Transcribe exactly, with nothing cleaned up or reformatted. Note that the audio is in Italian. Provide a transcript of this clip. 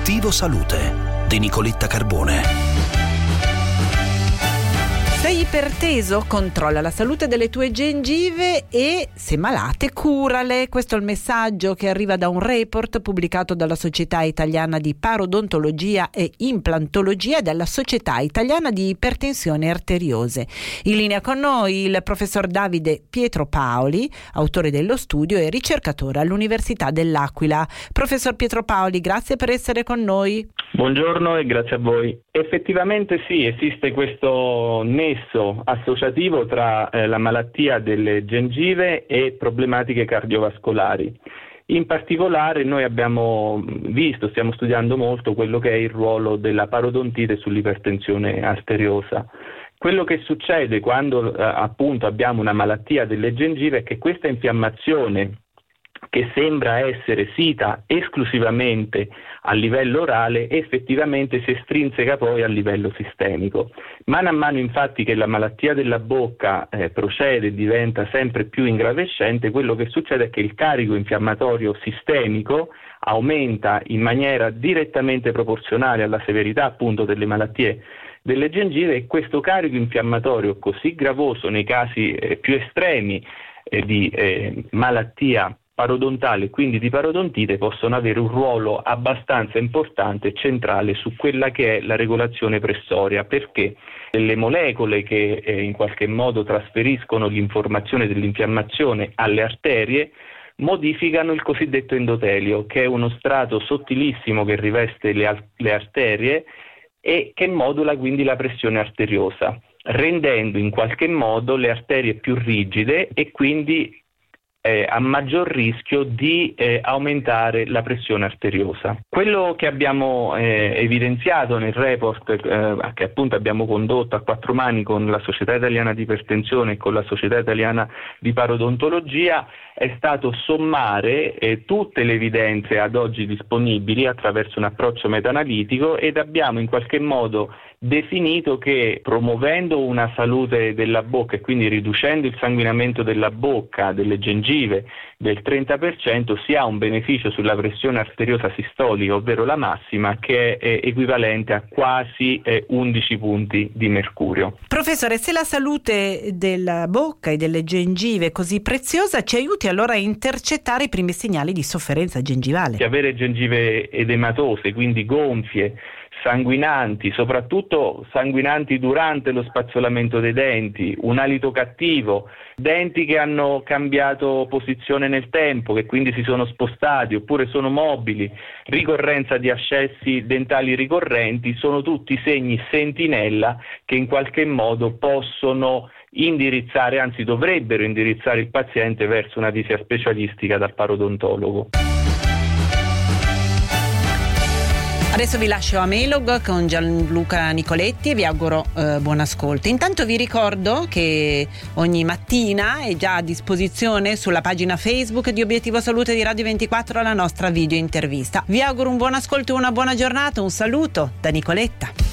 Obiettivo Salute di Nicoletta Carbone. Sei iperteso? Controlla la salute delle tue gengive e, se malate, curale. Questo è il messaggio che arriva da un report pubblicato dalla Società Italiana di Parodontologia e Implantologia e dalla Società Italiana di Ipertensione Arteriose. In linea con noi il professor Davide Pietropaoli, autore dello studio e ricercatore all'Università dell'Aquila. Professor Pietropaoli, grazie per essere con noi. Buongiorno e grazie a voi. Effettivamente sì, esiste questo nesso associativo tra eh, la malattia delle gengive e problematiche cardiovascolari. In particolare noi abbiamo visto, stiamo studiando molto quello che è il ruolo della parodontite sull'ipertensione arteriosa. Quello che succede quando eh, appunto abbiamo una malattia delle gengive è che questa infiammazione, che sembra essere sita esclusivamente a livello orale, effettivamente si estrinseca poi a livello sistemico. Mano a mano infatti che la malattia della bocca eh, procede e diventa sempre più ingravescente, quello che succede è che il carico infiammatorio sistemico aumenta in maniera direttamente proporzionale alla severità appunto delle malattie delle gengive, e questo carico infiammatorio così gravoso nei casi eh, più estremi eh, di eh, malattia parodontale, quindi di parodontite, possono avere un ruolo abbastanza importante e centrale su quella che è la regolazione pressoria, perché le molecole che eh, in qualche modo trasferiscono l'informazione dell'infiammazione alle arterie modificano il cosiddetto endotelio, che è uno strato sottilissimo che riveste le, le arterie e che modula quindi la pressione arteriosa, rendendo in qualche modo le arterie più rigide e quindi Eh, a maggior rischio di eh, aumentare la pressione arteriosa. Quello che abbiamo eh, evidenziato nel report eh, che appunto abbiamo condotto a quattro mani con la Società Italiana di Ipertensione e con la Società Italiana di Parodontologia è stato sommare eh, tutte le evidenze ad oggi disponibili attraverso un approccio meta-analitico, ed abbiamo in qualche modo definito che promuovendo una salute della bocca e quindi riducendo il sanguinamento della bocca, delle gengive del trenta per cento, si ha un beneficio sulla pressione arteriosa sistolica, ovvero la massima, che è equivalente a quasi eh, undici punti di mercurio. Professore, se la salute della bocca e delle gengive è così preziosa, ci aiuti allora a intercettare i primi segnali di sofferenza gengivale? Avere gengive edematose, quindi gonfie, sanguinanti, soprattutto sanguinanti durante lo spazzolamento dei denti, un alito cattivo, denti che hanno cambiato posizione nel tempo, che quindi si sono spostati oppure sono mobili, ricorrenza di ascessi dentali ricorrenti, sono tutti segni sentinella che in qualche modo possono indirizzare, anzi dovrebbero indirizzare il paziente verso una visita specialistica dal parodontologo. Adesso vi lascio a Melog con Gianluca Nicoletti e vi auguro eh, buon ascolto. Intanto vi ricordo che ogni mattina è già a disposizione sulla pagina Facebook di Obiettivo Salute di Radio ventiquattro la nostra video intervista. Vi auguro un buon ascolto e una buona giornata. Un saluto da Nicoletta.